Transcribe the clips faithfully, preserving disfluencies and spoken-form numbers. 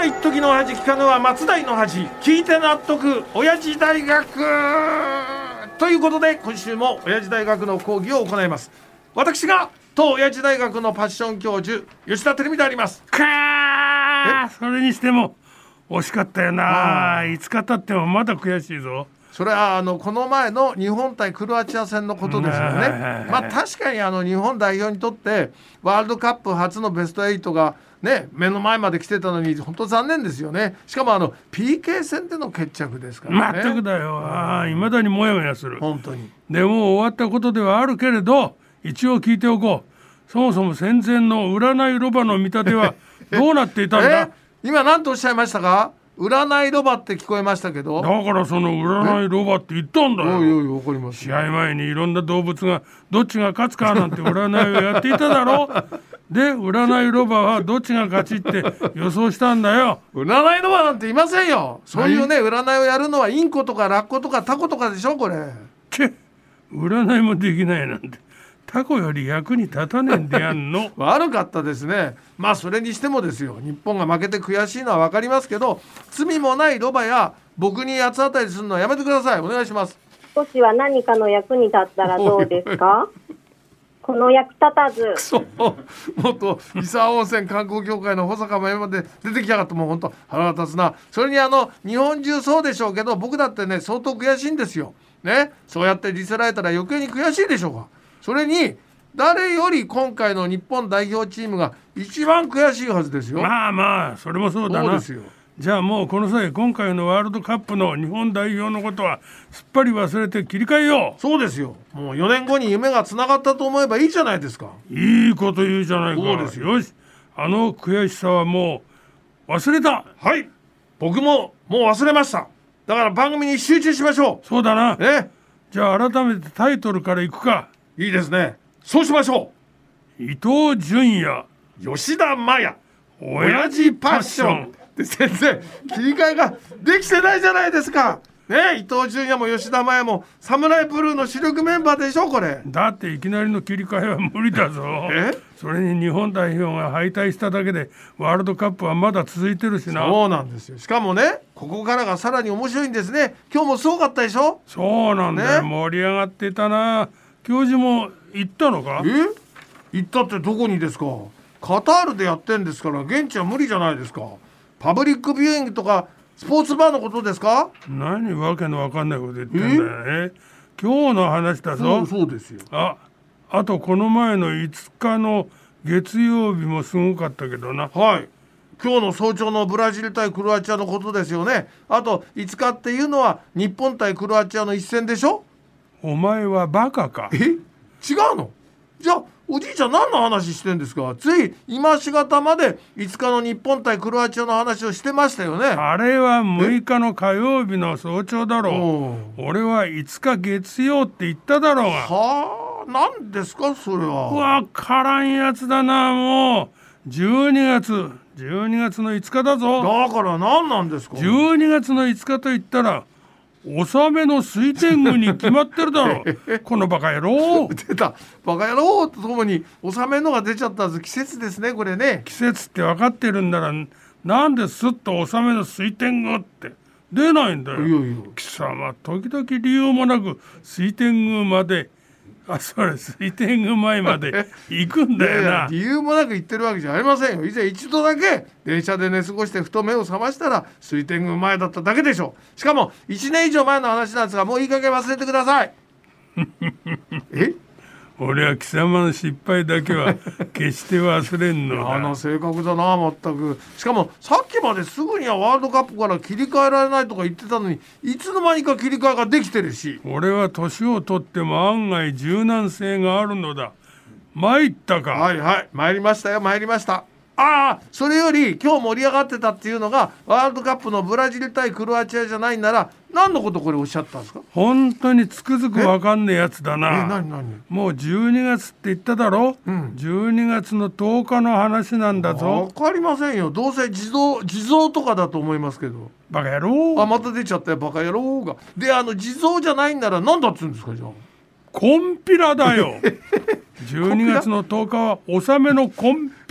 一時の恥聞かぬは松代の恥、聞いて納得親父大学ということで、今週も親父大学の講義を行います。私が当親父大学のパッション教授吉田照美であります。 かー、それにしても惜しかったよな。いつか経ってもまだ悔しいぞ。 それはあのこの前の日本対クロアチア戦のことですよね。まあ確かにあの日本代表にとってワールドカップ初のベストはちがね、目の前まで来てたのに本当残念ですよね。しかもあの ピーケー 戦での決着ですからね。 全くだよ。いまだにもやもやする。 本当に。 でも終わったことではあるけれど、一応聞いておこう。そもそも戦前の占いロバの見立てはどうなっていたんだ。 今何とおっしゃいましたか。占いロバって聞こえましたけど。 だからその占いロバって言ったんだよ。 おいおいわかります。 試合前にいろんな動物がどっちが勝つかなんて占いをやっていただろう。で占いロバはどっちが勝ちって予想したんだよ。 占いロバなんていませんよ。そういうね、占いをやるのはインコとかラッコとかタコとかでしょこれ。 け占いもできないなんてタコより役に立たねえんでやんの。 悪かったですね。まあそれにしてもですよ、日本が負けて悔しいのは分かりますけど、罪もないロバや僕に八つ当たりするのはやめてください。お願いします。 少しは何かの役に立ったらどうですか。この役立たず。 そうもっと伊佐温泉観光協会の保坂真由まで出てきやがって、もう本当腹が立つな。それにあの日本中そうでしょうけど、僕だってね相当悔しいんですよね。そうやってディスられたら余計に悔しいでしょうが。それに誰より今回の日本代表チームが一番悔しいはずですよ。 まあまあそれもそうだな。 そうですよ。 じゃあもうこの際今回のワールドカップの日本代表のことはすっぱり忘れて切り替えよう。 そうですよ。もうよねんごに夢がつながったと思えばいいじゃないですか。 いいこと言うじゃないか。 そうですよ。 よし、あの悔しさはもう忘れた。 はい、僕ももう忘れました。だから番組に集中しましょう。そうだな、 ね、 じゃあ改めてタイトルからいくか。 いいですね。そうしましょう。伊東純也、 吉田麻也、親父パッションで先生切り替えができてないじゃないですか。ね、伊東純也も吉田麻也もサムライブルーの主力メンバーでしょこれ。 だっていきなりの切り替えは無理だぞ。 えそれに日本代表が敗退しただけでワールドカップはまだ続いてるしな。 そうなんですよ。しかもね、ここからがさらに面白いんですね。今日もすごかったでしょ。 そうなんだよ、ね、盛り上がってたな。教授も行ったのか。 え行ったってどこにですか。カタールでやってんですから現地は無理じゃないですか。パブリックビューイングとかスポーツバーのことですか。 何わけのわかんないこと言ってんだよね。今日の話だぞ。 そう、そうですよ。 あ、あとこの前のいつかの月曜日もすごかったけどな。 はい、今日の早朝のブラジル対クロアチアのことですよね。あといつかっていうのは日本対クロアチアの一戦でしょ。 お前はバカか。 え、違うの。じゃあおじいちゃん何の話してんですか。つい今しがたまでいつかの日本対クロアチアの話をしてましたよね。 あれはむいかの火曜日の早朝だろう。俺はいつか月曜って言っただろうが。 はあ、何ですかそれは。 わからんやつだな。もうじゅうにがつじゅうにがつのいつかだぞ。 だから何なんですか。 じゅうにがつのいつかと言ったら納めの水天宮に決まってるだろう。このバカ野郎。 出た、バカ野郎とともに納めのが出ちゃった季節ですねこれね。 季節って分かってるんならなんですっと納めの水天宮って出ないんだよ。 いやいや、 貴様時々理由もなく水天宮まで、あ、それ水天宮前まで行くんだよな。いやいや、 理由もなく言ってるわけじゃありませんよ。以前一度だけ電車で寝過ごしてふと目を覚ましたら水天宮前だっただけでしょう。しかもいちねん以上前の話なんですが、もういい加減忘れてください。え俺は貴様の失敗だけは決して忘れんのだ。 あの性格だな全く。しかもさっきまですぐにはワールドカップから切り替えられないとか言ってたのに、いつの間にか切り替えができてるし。 俺は年を取っても案外柔軟性があるのだ。参ったか。 はいはい、参りましたよ参りました。ああ、それより今日盛り上がってたっていうのがワールドカップのブラジル対クロアチアじゃないんなら何のことこれおっしゃったんですか。 本当につくづく分かんねえやつだな。 え、何何。 もうじゅうにがつって言っただろ、うん、じゅうにがつのとおかの話なんだぞ。 分かりませんよ。どうせ地蔵地蔵とかだと思いますけど。 バカ野郎。 あ、また出ちゃったよバカ野郎が。で、あの地蔵じゃないんなら何だっつうんですか。じゃあコンピラだよ。じゅうにがつのとおかは納めのコンピラ。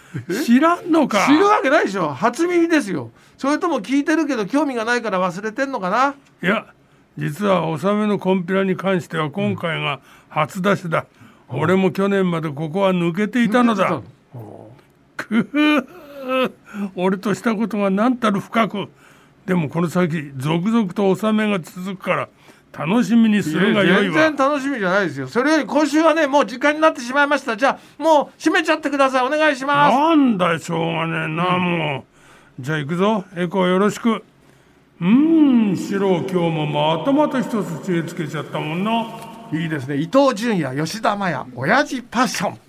知らんのか。 知るわけないでしょ。初耳ですよ。それとも聞いてるけど興味がないから忘れてんのかな。 いや実は納めのコンピラに関しては今回が初出しだ、うん、俺も去年までここは抜けていたのだ。くぅ俺としたことが何たる深く。でもこの先続々と納めが続くから楽しみにするがよいわ。 全然楽しみじゃないですよ。それより今週はねもう時間になってしまいました。じゃあもう閉めちゃってください。お願いします。 なんだしょうがねえな、うん、もうじゃあ行くぞ。エコーよろしく。うーんシロ今日もまたまた一つ知恵つけちゃったもんな。 いいですね。伊藤純也、吉田麻也、親父パッション。